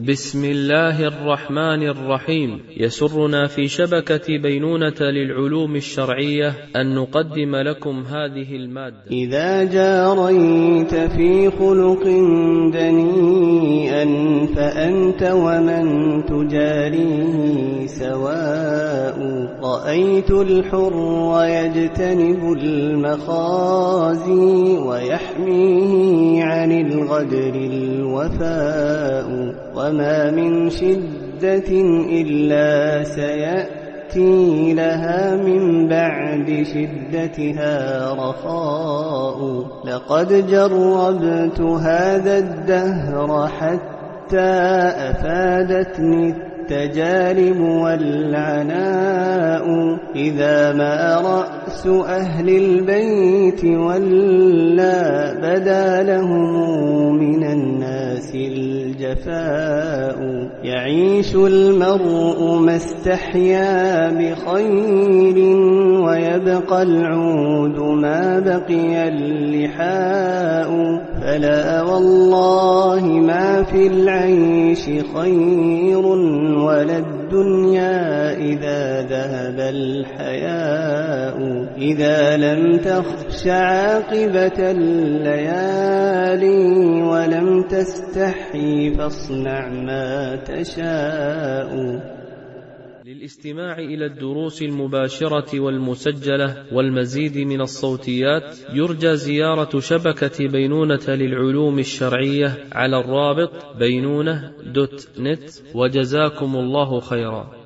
بسم الله الرحمن الرحيم. يسرنا في شبكة بينونة للعلوم الشرعية أن نقدم لكم هذه المادة. إذا جاريت في خلق دنيئا فأنت ومن تجاريه سواء. رأيت الحر يجتنب المخازي ويحميه عن الغدر الوفاء. وما من شدة إلا سيأتي لها من بعد شدتها رخاء. لقد جربت هذا الدهر حتى أفادتني التجارب والعناء. إذا ما رأس أهل البيت ولا بدا لهم من الناس الجفاء. يعيش المرء ما استحيا بخير ويبقى العود ما بقي اللحاء. فلا والله ما في العيش خير ولا الدنيا إذا ذهب الحياء. إذا لم تخش عاقبة الليالي ولم تستحي فاصنع ما تشاء. للاستماع إلى الدروس المباشرة والمسجلة والمزيد من الصوتيات يرجى زيارة شبكة بينونة للعلوم الشرعية على الرابط بينونة.net. وجزاكم الله خيرا.